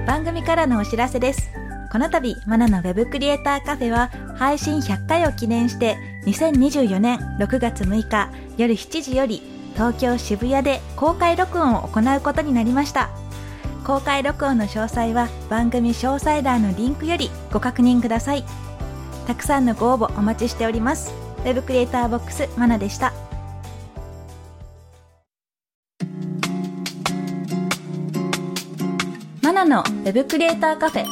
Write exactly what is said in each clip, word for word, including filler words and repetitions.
番組からのお知らせです。この度マナのウェブクリエイターカフェは配信ひゃっかいを記念してにせんにじゅうよねんろくがつむいか夜しちじより東京渋谷で公開録音を行うことになりました。公開録音の詳細は番組詳細欄のリンクよりご確認ください。たくさんのご応募お待ちしております。ウェブクリエイターボックスマナでした。マナのウェブクリエイターカフェ。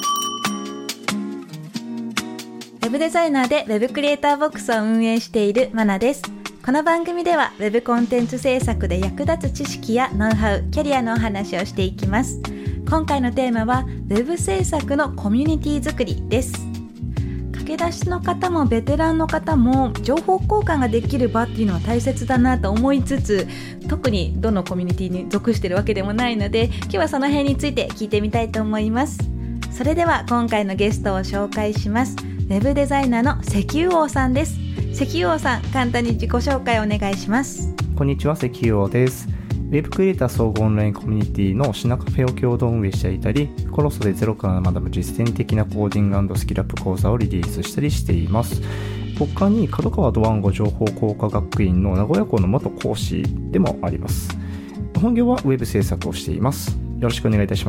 ウェブデザイナーでウェブクリエイターボックスを運営しているマナです。この番組ではウェブコンテンツ制作で役立つ知識やノウハウ、キャリアのお話をしていきます。今回のテーマはウェブ制作のコミュニティ作りです。駆け出しの方もベテランの方も情報交換ができる場っていうのは大切だなと思いつつ、特にどのコミュニティに属しているわけでもないので、今日はその辺について聞いてみたいと思います。それでは今回のゲストを紹介します。ウェブデザイナーの石油王さんです。石油王さん、簡単に自己紹介をお願いします。 こんにちは、石油王です。ウェブクリエイター総合オンラインコミュニティのシナカフェを共同運営していたり、コロソでゼロから学ぶ実践的なコーディング&スキルアップ講座をリリースしたりしています。他に角川ドワンゴ情報工科学院の名古屋校の元講師でもあります。本業はウェブ制作をしています。よろしくお願いいたします。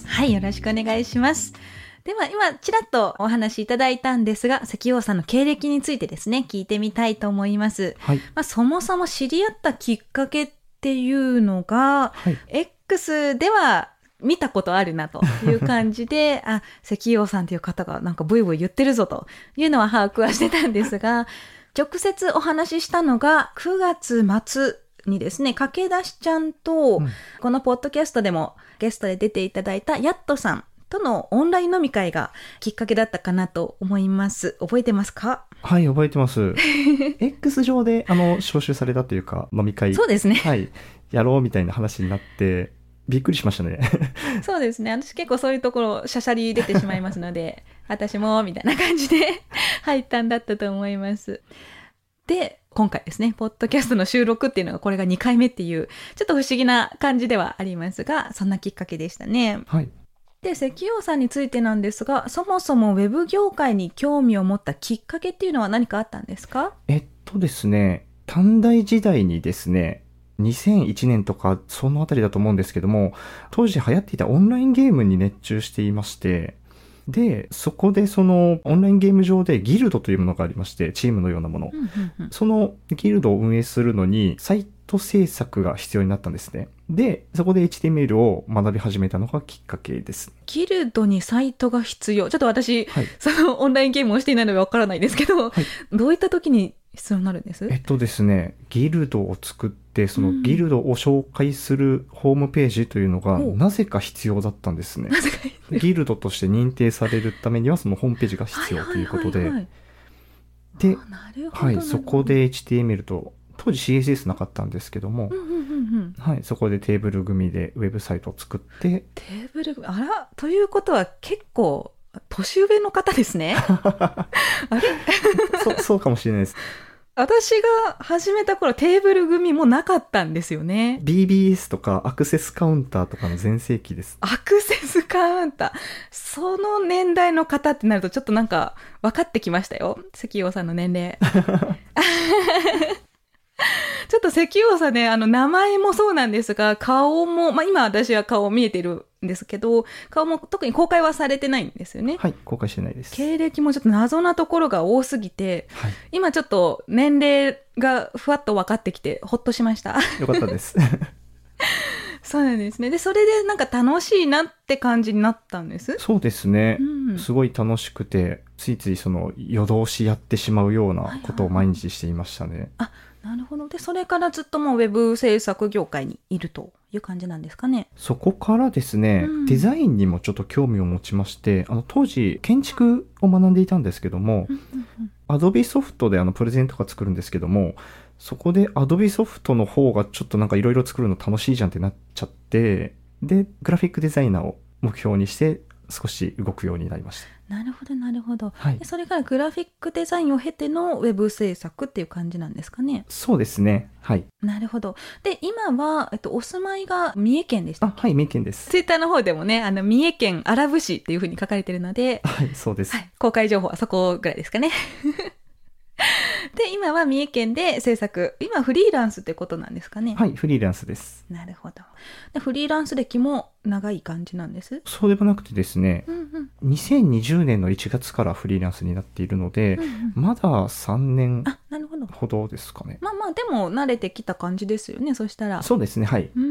はい、よろしくお願いします。では今ちらっとお話しいただいたんですが、石油王さんの経歴についてですね、聞いてみたいと思います。 はい。 まあ、そもそも知り合ったきっかけっていうのが、はい、X では見たことあるなという感じであ、石油王さんという方がなんかブイブイ言ってるぞというのは把握はしてたんですが、直接お話ししたのがくがつまつにですね、駆け出しちゃんと、うん、このポッドキャストでもゲストで出ていただいたヤットさんとのオンライン飲み会がきっかけだったかなと思います。覚えてますか？ はい、覚えてます。X 上であの招集されたというか飲み会、 そうですね。 はい、やろうみたいな話になってびっくりしましたね。 そうですね。私結構そういうところしゃしゃり出てしまいますので、私もみたいな感じで入ったんだったと思います。で、今回ですね、ポッドキャストの収録っていうのがこれがにかいめっていうちょっと不思議な感じではありますが、そんなきっかけでしたね。 はい。 で、石油王さんについてなんですが、そもそもウェブ業界に興味を持ったきっかけっていうのは何かあったんですか？ えっとですね、短大時代にですね、にせんいちねんとかそのあたりだと思うんですけども、当時流行っていたオンラインゲームに熱中していまして、で、そこでそのオンラインゲーム上でギルドというものがありまして、チームのようなもの。 うんうんうん、 そのギルドを運営するのにサイト制作が必要になったんですね。で、そこで エイチティーエムエル を学び始めたのがきっかけです。 ギルドにサイトが必要。ちょっと私、 はい、そのオンラインゲームをしていないのでわからないですけど、はい、どういった時に必要になるんです？ えっとですね、ギルドを作って、そのギルドを紹介するホームページというのがなぜか必要だったんですね。ギルドとして認定されるためにはそのホームページが必要ということで、はいはいはいはい、で、はい、そこで エイチティーエムエル と当時 シーエスエス なかったんですけども、うんうんうんうん、はい、そこでテーブル組でウェブサイトを作って、 テーブル、あら、ということは結構年上の方ですね。あれそ, そうかもしれないです。 私が始めた頃テーブル組もなかったんですよね。 ビービーエス とかアクセスカウンターとかの全盛期です。 アクセスカウンター、その年代の方ってなるとちょっとなんか分かってきましたよ、石油王さんの年齢。ちょっと石油王さんね、あの名前もそうなんですが、顔も、まあ今私は顔見えてるんですけど、顔も特に公開はされてないんですよね。 はい、公開してないです。 経歴もちょっと謎なところが多すぎて、はい、今ちょっと年齢がふわっと分かってきてほっとしました。 よかったです。 そうなんですね。で、それでなんか楽しいなって感じになったんです。 そうですね。うん、すごい楽しくて、ついついその夜通しやってしまうようなことを毎日していましたね。はいはい、 あ、なるほど。で、それからずっともうウェブ制作業界にいるという感じなんですかね。 そこからですね、うん、デザインにもちょっと興味を持ちまして、あの当時建築を学んでいたんですけども、うんうんうん、Adobe ソフトであのプレゼントとか作るんですけども、そこで Adobe ソフトの方がちょっとなんかいろいろ作るの楽しいじゃんってなっちゃって、でグラフィックデザイナーを目標にして少し動くようになりました。 なるほどなるほど、 はい、 でそれからグラフィックデザインを経てのウェブ制作っていう感じなんですかね。 そうですね。はい。 なるほど。で今は、えっと、お住まいが三重県でしたっけ。 あ、はい、三重県です。 ツイッターの方でもね、あの三重県荒部市っていう風に書かれてるので、 はい、そうです、 はい、公開情報はそこぐらいですかねで今は三重県で制作、今フリーランスってことなんですかね。 はい、フリーランスです。 なるほど。でフリーランス歴も長い感じなんです。 そうでもなくてですね、 うんうん、 にせんにじゅうねんのいちがつからフリーランスになっているので、 うんうん、 まださんねんあ、なるほどほどですかね。 まあまあでも慣れてきた感じですよね、そしたら。 そうですね、はい。 うん、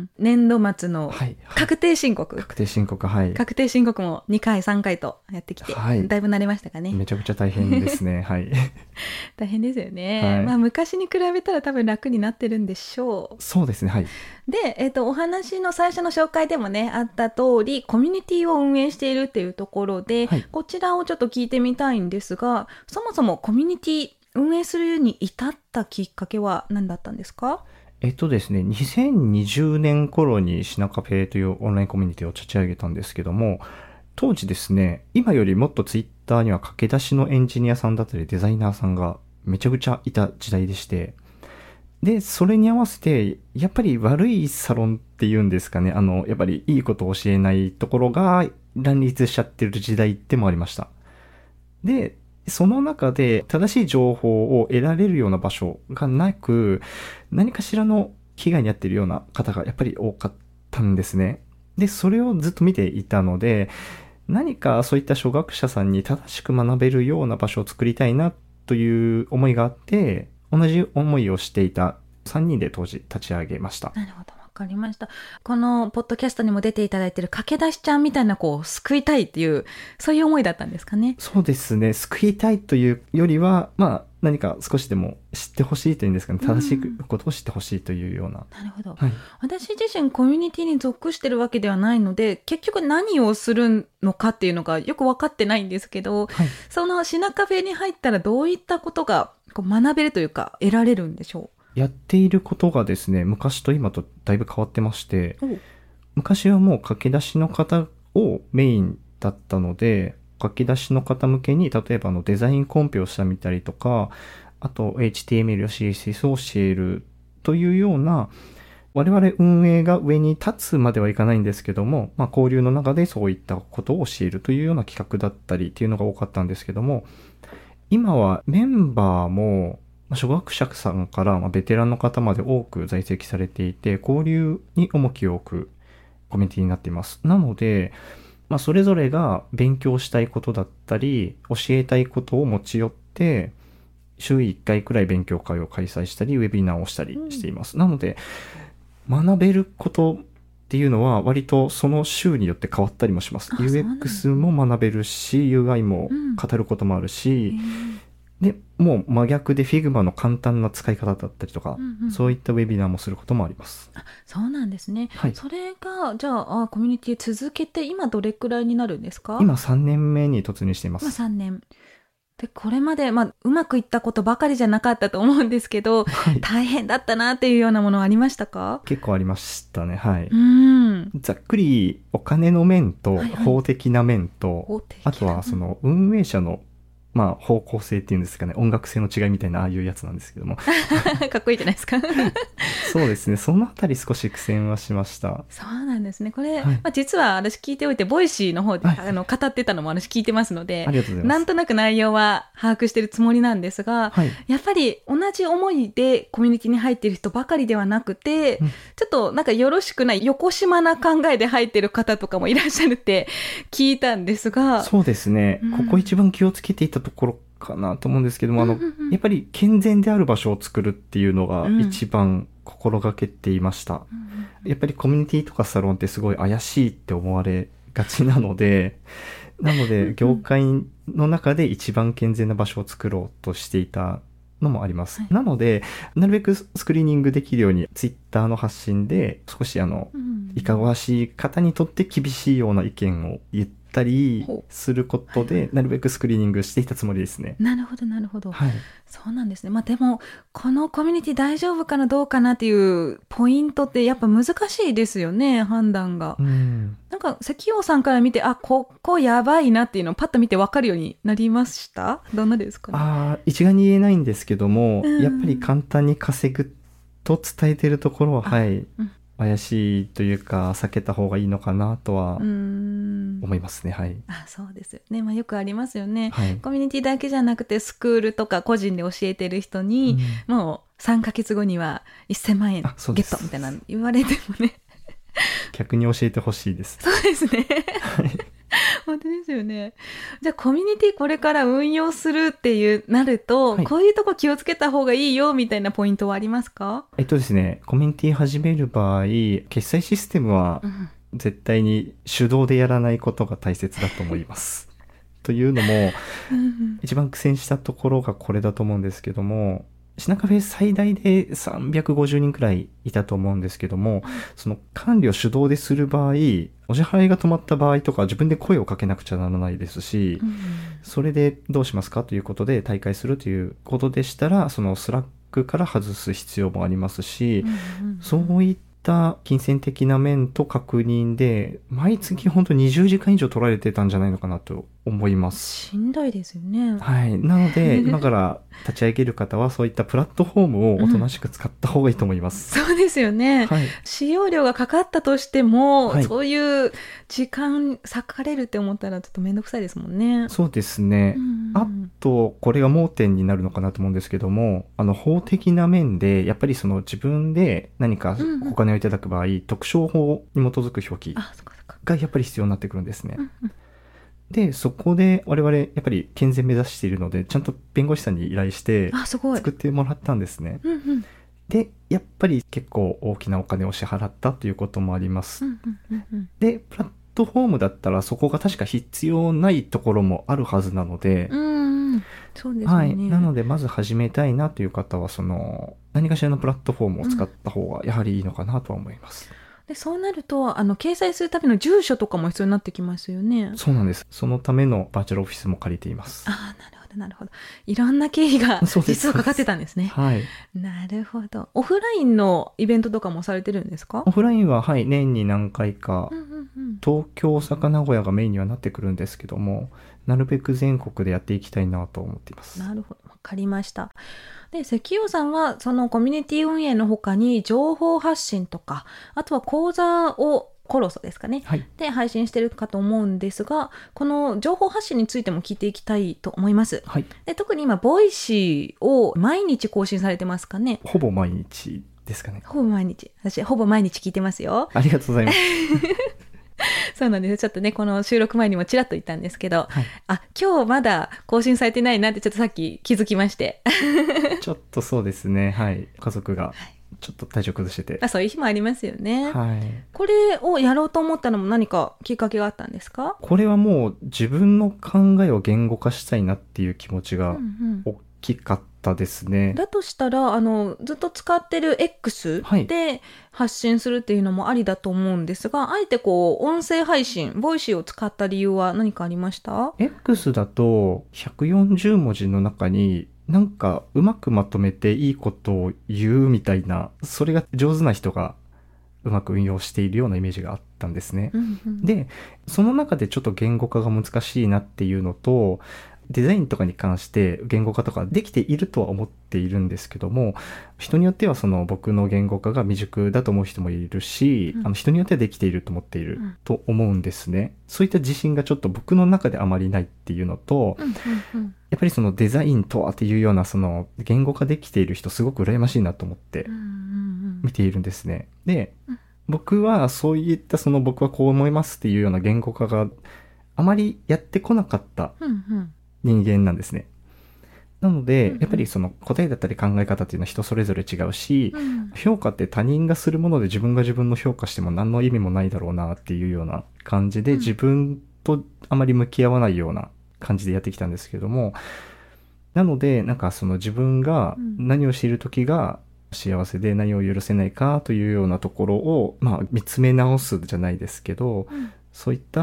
年度末のはい、 確定申告、 確定申告、はい。 確定申告もにかいさんかいとやってきて、 はい、 だいぶ慣れましたかね。 めちゃくちゃ大変ですね。はい。 大変ですよね、 はい、 まあ昔に比べたら多分楽になってるんでしょう。 そうですね、はい。 で、えっと、お話の最初の紹介でもねあった通り、コミュニティを運営しているっていうところで、はい、こちらをちょっと聞いてみたいんですが、そもそもコミュニティ運営するに至ったきっかけは何だったんですか？ えっとですね、にせんにじゅうねん頃にシナカフェというオンラインコミュニティを立ち上げたんですけども、当時ですね、今よりもっとツイッターには駆け出しのエンジニアさんだったりデザイナーさんがめちゃくちゃいた時代でして、で、それに合わせて、やっぱり悪いサロンっていうんですかね、あの、やっぱりいいことを教えないところが乱立しちゃってる時代でもありました。で、その中で正しい情報を得られるような場所がなく、何かしらの被害に遭っているような方がやっぱり多かったんですね。で、それをずっと見ていたので、何かそういった初学者さんに正しく学べるような場所を作りたいなという思いがあって、同じ思いをしていたさんにんで当時立ち上げました。 なるほど。わかりました。このポッドキャストにも出ていただいている駆け出しちゃんみたいな子を救いたいっていう、そういう思いだったんですかね。 そうですね。救いたいというよりは、まあ何か少しでも知ってほしいというんですかね。正しいことを知ってほしいというような。 なるほど、 はい。 私自身コミュニティに属してるわけではないので、結局何をするのかっていうのがよく分かってないんですけど、はい、そのシナカフェに入ったらどういったことがこう学べるというか得られるんでしょう？ やっていることがですね、昔と今とだいぶ変わってまして、昔はもう駆け出しの方をメインだったので、駆け出しの方向けに、例えばのデザインコンペをしたみたりとか、あと エイチティーエムエル や シーエスエス を教えるというような、我々運営が上に立つまではいかないんですけども、まあ、交流の中でそういったことを教えるというような企画だったりっていうのが多かったんですけども、今はメンバーも初学者さんからベテランの方まで多く在籍されていて、交流に重きを置くコミュニティになっています。なので、まあ、それぞれが勉強したいことだったり、教えたいことを持ち寄って、週いっかいくらい勉強会を開催したり、ウェビナーをしたりしています。うん、なので、学べることっていうのは割とその週によって変わったりもします。ユーエックス も学べるし、ユーアイ も語ることもあるし、うんで、もう真逆で Figma の簡単な使い方だったりとか、うんうん、そういったウェビナーもすることもあります。 あ、そうなんですね。 はい、 それが、じゃあ、あコミュニティ続けて今どれくらいになるんですか？ 今さんねんめに突入しています。 今さんねん。で、これまで、まあ、うまくいったことばかりじゃなかったと思うんですけど、はい、大変だったなっていうようなものはありましたか？ 結構ありましたね。はい。 うん。 ざっくりお金の面と法的な面と、はいはい、あとはその運営者のまあ、方向性っていうんですかね、音楽性の違いみたいなああいうやつなんですけどもかっこいいじゃないですかそうですね、そのあたり少し苦戦はしました。 そうなんですね。これ、はい、まあ、実は私聞いておいてボイシーの方で、はい、あの語ってたのも私聞いてますので、 ありがとうございます。 なんとなく内容は把握してるつもりなんですが、はい、やっぱり同じ思いでコミュニティに入っている人ばかりではなくて、うん、ちょっとなんかよろしくない横島な考えで入っている方とかもいらっしゃるって聞いたんですが。 そうですね、うん、ここ一番気をつけていたところかなと思うんですけども、あの、うんうんうん、やっぱり健全である場所を作るっていうのが一番心がけていました、うんうん、やっぱりコミュニティとかサロンってすごい怪しいって思われがちなのでなので業界の中で一番健全な場所を作ろうとしていたのもあります、はい、なのでなるべくスクリーニングできるようにツイッターの発信で少しあの、うん、いかがわしい方にとって厳しいような意見を言ったったりすることでなるべくスクリーニングしていたつもりですね。 なるほどなるほど、 はい、 そうなんですね。まあでもこのコミュニティ大丈夫かなどうかなっていうポイントってやっぱ難しいですよね、判断が。うんなんか関陽さんから見てあここやばいなっていうのをパッと見て分かるようになりました？どんなですかね。 あ一概に言えないんですけども、うん、やっぱり簡単に稼ぐと伝えているところははい、うん、怪しいというか避けた方がいいのかなとは思いますね。はい、 あそうですよね、まあ、よくありますよね、 はい、 コミュニティだけじゃなくてスクールとか個人で教えてる人に、うん、もうさんかげつごにはせんまんえんゲットみたいな言われてもね逆に教えてほしいです。 そうですね、はい、本当ですよね。じゃあコミュニティこれから運用するっていうなると、はい、こういうとこ気をつけた方がいいよみたいなポイントはありますか？ えっとですねコミュニティ始める場合決済システムは絶対に手動でやらないことが大切だと思いますというのも一番苦戦したところがこれだと思うんですけども、シナカフェ最大でさんびゃくごじゅうにんくらいいたと思うんですけども、その管理を手動でする場合、お支払いが止まった場合とか自分で声をかけなくちゃならないですし、うん、それでどうしますかということで退会するということでしたら、そのスラックから外す必要もありますし、うんうんうん、そういった金銭的な面と確認で毎月本当にじゅうじかん以上取られてたんじゃないのかなと思います。 しんどいですよね。 はい。なので今から立ち上げる方はそういったプラットフォームをおとなしく使った方がいいと思います。 うん、そうですよね、はい。使用料がかかったとしても、はい、そういう時間割かれるって思ったらちょっとめんどくさいですもんね。 そうですね。うん、あとこれが盲点になるのかなと思うんですけども、あの法的な面でやっぱりその自分で何かお金をいただく場合、うんうん、特商法に基づく表記がやっぱり必要になってくるんですね。うんうん、でそこで我々やっぱり健全目指しているのでちゃんと弁護士さんに依頼して作ってもらったんですね。うんうん、でやっぱり結構大きなお金を支払ったということもあります。うんうんうん、でプラットフォームだったらそこが確か必要ないところもあるはずなので、うんうん、そうですね、はい、なのでまず始めたいなという方はその何かしらのプラットフォームを使った方がやはりいいのかなとは思います。 うん、でそうなるとあの掲載するための住所とかも必要になってきますよね。 そうなんです。そのためのバーチャルオフィスも借りています。 ああ、なるほどなるほど。いろんな経費が実はかかってたんですね。はい。なるほど。オフラインのイベントとかもされてるんですか？ オフラインははい年に何回か、うんうんうん、東京大阪名古屋がメインにはなってくるんですけども、なるべく全国でやっていきたいなと思っています。 なるほど、わかりました。で関陽さんはそのコミュニティ運営の他に情報発信とか、あとは講座をコロソですかね、はい、で配信してるかと思うんですが、この情報発信についても聞いていきたいと思います。はい、で特に今ボイシーを毎日更新されてますかね？ ほぼ毎日ですかね。 ほぼ毎日、私ほぼ毎日聞いてますよ。 ありがとうございますそうなんです。ちょっとねこの収録前にもちらっと言ったんですけど、はい、あ今日まだ更新されてないなってちょっとさっき気づきましてちょっとそうですね、はい、家族がちょっと体調崩してて、 あそういう日もありますよね。 はい、 これをやろうと思ったのも何かきっかけがあったんですか？ これはもう自分の考えを言語化したいなっていう気持ちが大きかったですね。うんうん、 だとしたらあのずっと使ってる X で発信するっていうのもありだと思うんですが、はい、あえてこう音声配信ボイシーを使った理由は何かありました？ X だとひゃくよんじゅうもじの中になんかうまくまとめていいことを言うみたいな、それが上手な人がうまく運用しているようなイメージがあったんですね。うんうん、でその中でちょっと言語化が難しいなっていうのと、デザインとかに関して言語化とかできているとは思っているんですけども、人によってはその僕の言語化が未熟だと思う人もいるし、うん、あの人によってはできていると思っていると思うんですね。うん、そういった自信がちょっと僕の中であまりないっていうのと、うんうんうん、やっぱりそのデザインとはっていうようなその言語化できている人すごく羨ましいなと思って見ているんですね。で、僕はそういったその僕はこう思いますっていうような言語化があまりやってこなかった人間なんですね。なので、うんうん、やっぱりその答えだったり考え方っていうのは人それぞれ違うし、うん、評価って他人がするもので自分が自分の評価しても何の意味もないだろうなっていうような感じで、うん、自分とあまり向き合わないような感じでやってきたんですけども、なのでなんかその自分が何をしている時が幸せで何を許せないかというようなところを、まあ、見つめ直すじゃないですけど、うん、そういった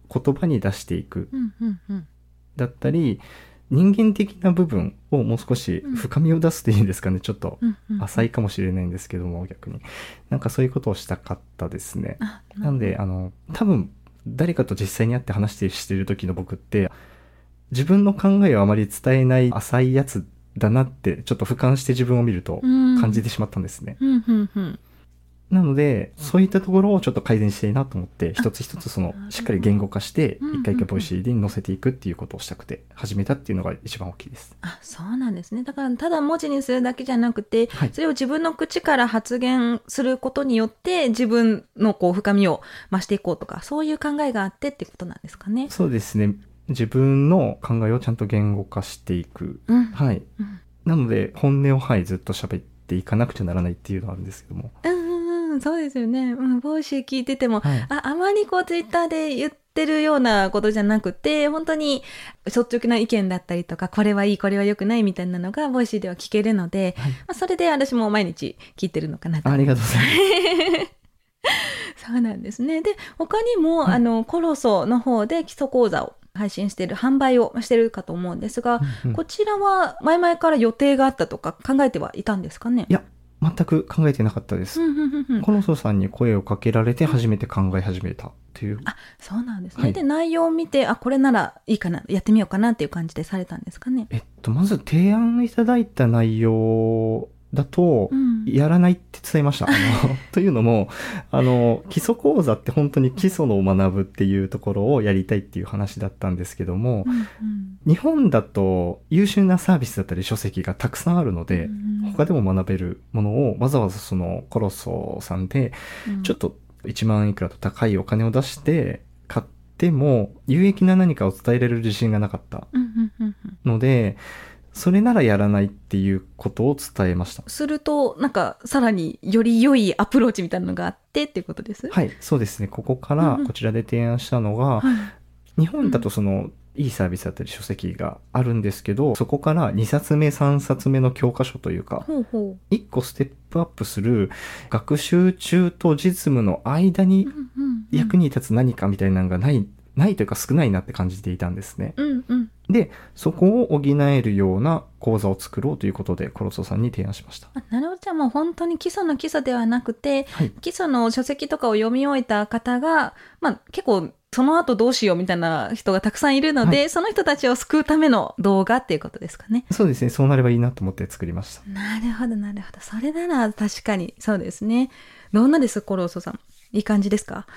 言葉に出していくうんうんうんだったり、人間的な部分をもう少し深みを出すっていうんですかね、ちょっと浅いかもしれないんですけども、逆になんかそういうことをしたかったですね。なのであの多分誰かと実際に会って話してしている時の僕って自分の考えをあまり伝えない浅いやつだなってちょっと俯瞰して自分を見ると感じてしまったんですね。 うんうんうんなのでそういったところをちょっと改善したいなと思って、一つ一つそのしっかり言語化して一回一回ボイシーに載せていくっていうことをしたくて始めたっていうのが一番大きいです。 あ、そうなんですね。だからただ文字にするだけじゃなくて、 はい、 それを自分の口から発言することによって自分のこう深みを増していこうとか、そういう考えがあってってことなんですかね。 そうですね。自分の考えをちゃんと言語化していく、 うん、 はい、うん、なので本音を、はい、ずっと喋っていかなくちゃならないっていうのはあるんですけども、 うんうん、そうですよね。うん、ボイシー聞いてても、 はい、 あ、あまりこうツイッターで言ってるようなことじゃなくて、本当に率直な意見だったりとか、これはいいこれは良くないみたいなのがボイシーでは聞けるので、はい、まあ、それで私も毎日聞いてるのかなと。 ありがとうございますそうなんですね。で、他にも、はい、あのコロソの方で基礎講座を配信している、販売をしているかと思うんですが、うんうん、こちらは前々から予定があったとか考えてはいたんですかね。 いや、全く考えてなかったです。コロソさんに声をかけられて初めて考え始めたという。 あ、そうなんですね。はい、で、内容を見て、あ、これならいいかな、やってみようかなっていう感じでされたんですかね。 えっと、まず提案いただいた内容だと、うん、やらないって伝えました。あのというのも、あの、基礎講座って本当に基礎の学ぶっていうところをやりたいっていう話だったんですけども、うんうん、日本だと優秀なサービスだったり書籍がたくさんあるので、うん、他でも学べるものをわざわざそのコロソさんで、ちょっといちまんいくらと高いお金を出して買っても有益な何かを伝えられる自信がなかったので、それならやらないっていうことを伝えました。 すると、なんか、さらにより良いアプローチみたいなのがあってっていうことです？ はい、そうですね。ここからこちらで提案したのが、うんうん、日本だとその、いいサービスだったり書籍があるんですけど、そこからにさつめさんさつめの教科書というか、 ほうほう、 いっこステップアップする学習中と実務の間に役に立つ何かみたいなのがない、ないというか少ないなって感じていたんですね。 うんうん、 で、そこを補えるような講座を作ろうということでコロソさんに提案しました。 あ、なるほど。じゃあもう本当に基礎の基礎ではなくて、 はい、 基礎の書籍とかを読み終えた方が、まあ結構その後どうしようみたいな人がたくさんいるので、はい、その人たちを救うための動画っていうことですかね。 そうですね。そうなればいいなと思って作りました。 なるほどなるほど。それなら確かにそうですね。どんなですコロソさん。いい感じですか？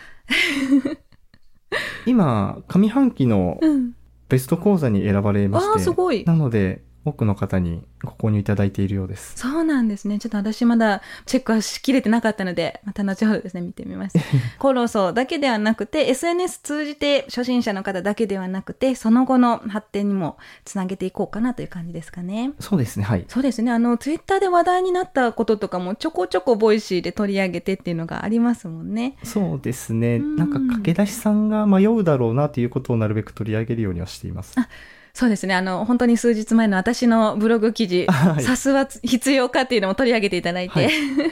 今上半期のベスト講座に選ばれまして、 うん、あ、すごい。 なので多くの方にご購入いただいているようです。 そうなんですね。ちょっと私まだチェックはしきれてなかったので、また後ほどですね、見てみます。コロソだけではなくて、エスエヌエス 通じて初心者の方だけではなくて、その後の発展にもつなげていこうかなという感じですかね。 そうですね、はい。 そうですね。あの、ツイッターで話題になったこととかもちょこちょこボイシーで取り上げてっていうのがありますもんね。 そうですね。んなんか駆け出しさんが迷うだろうなということをなるべく取り上げるようにはしています。 あ、そうですね。あの、本当に数日前の私のブログ記事、はい、さすは必要かっていうのも取り上げていただいて。はい、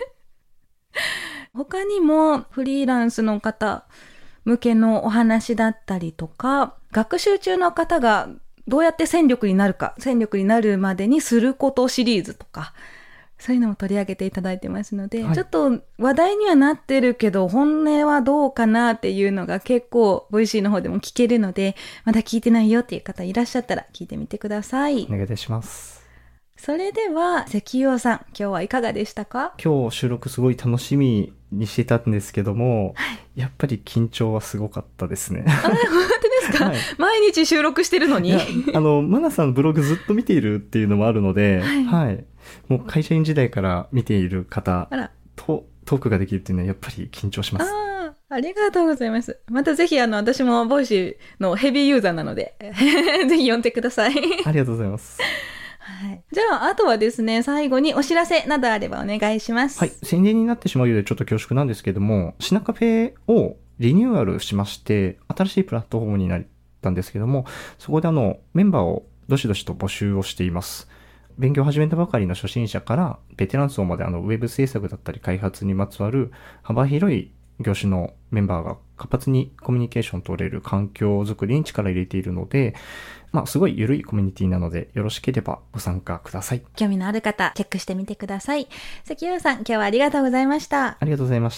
他にもフリーランスの方向けのお話だったりとか、学習中の方がどうやって戦力になるか、戦力になるまでにすることシリーズとか、そういうのも取り上げていただいてますので、はい、ちょっと話題にはなってるけど本音はどうかなっていうのが結構ボイシーの方でも聞けるので、まだ聞いてないよっていう方いらっしゃったら聞いてみてください。 お願いいたします。 それでは関陽さん、今日はいかがでしたか？ 今日収録すごい楽しみにしてたんですけども、はい、やっぱり緊張はすごかったですね。 あ、本当ですか？はい、毎日収録してるのに。 あのマナさんのブログずっと見ているっていうのもあるので、はい、はい、もう会社員時代から見ている方とトークができるっていうのはやっぱり緊張します。 ああ、ありがとうございます。またぜひあの私もボイシーのヘビーユーザーなのでぜひ読んでください。 ありがとうございます。 はい、じゃああとはですね、最後にお知らせなどあればお願いします。 はい、宣伝になってしまうようでちょっと恐縮なんですけども、シナカフェをリニューアルしまして新しいプラットフォームになったんですけども、そこであのメンバーをどしどしと募集をしています。勉強を始めたばかりの初心者からベテラン層まであのウェブ制作だったり開発にまつわる幅広い業種のメンバーが活発にコミュニケーション取れる環境づくりに力を入れているので、まあ、すごい緩いコミュニティなので、よろしければご参加ください。 興味のある方、チェックしてみてください。関浦さん、今日はありがとうございました。 ありがとうございました。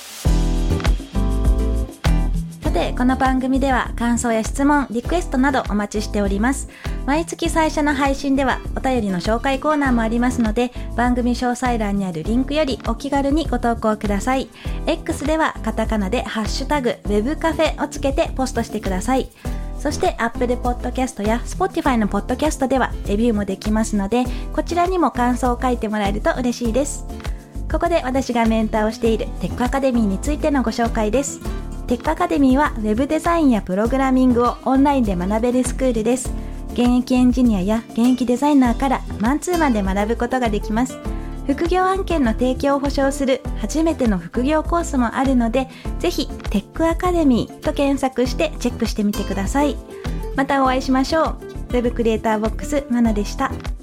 さて、この番組では感想や質問、リクエストなどお待ちしております。毎月最初の配信ではお便りの紹介コーナーもありますので、番組詳細欄にあるリンクよりお気軽にご投稿ください。X ではカタカナでハッシュタグ ウェブカフェをつけてポストしてください。そして Apple Podcast や Spotify の Podcast ではレビューもできますので、こちらにも感想を書いてもらえると嬉しいです。ここで私がメンターをしているテックアカデミーについてのご紹介です。テックアカデミーは ウェブデザインやプログラミングをオンラインで学べるスクールです。現役エンジニアや現役デザイナーからマンツーマンで学ぶことができます。副業案件の提供を保証する初めての副業コースもあるので、ぜひテックアカデミーと検索してチェックしてみてください。またお会いしましょう。ウェブクリエイターボックスマナでした。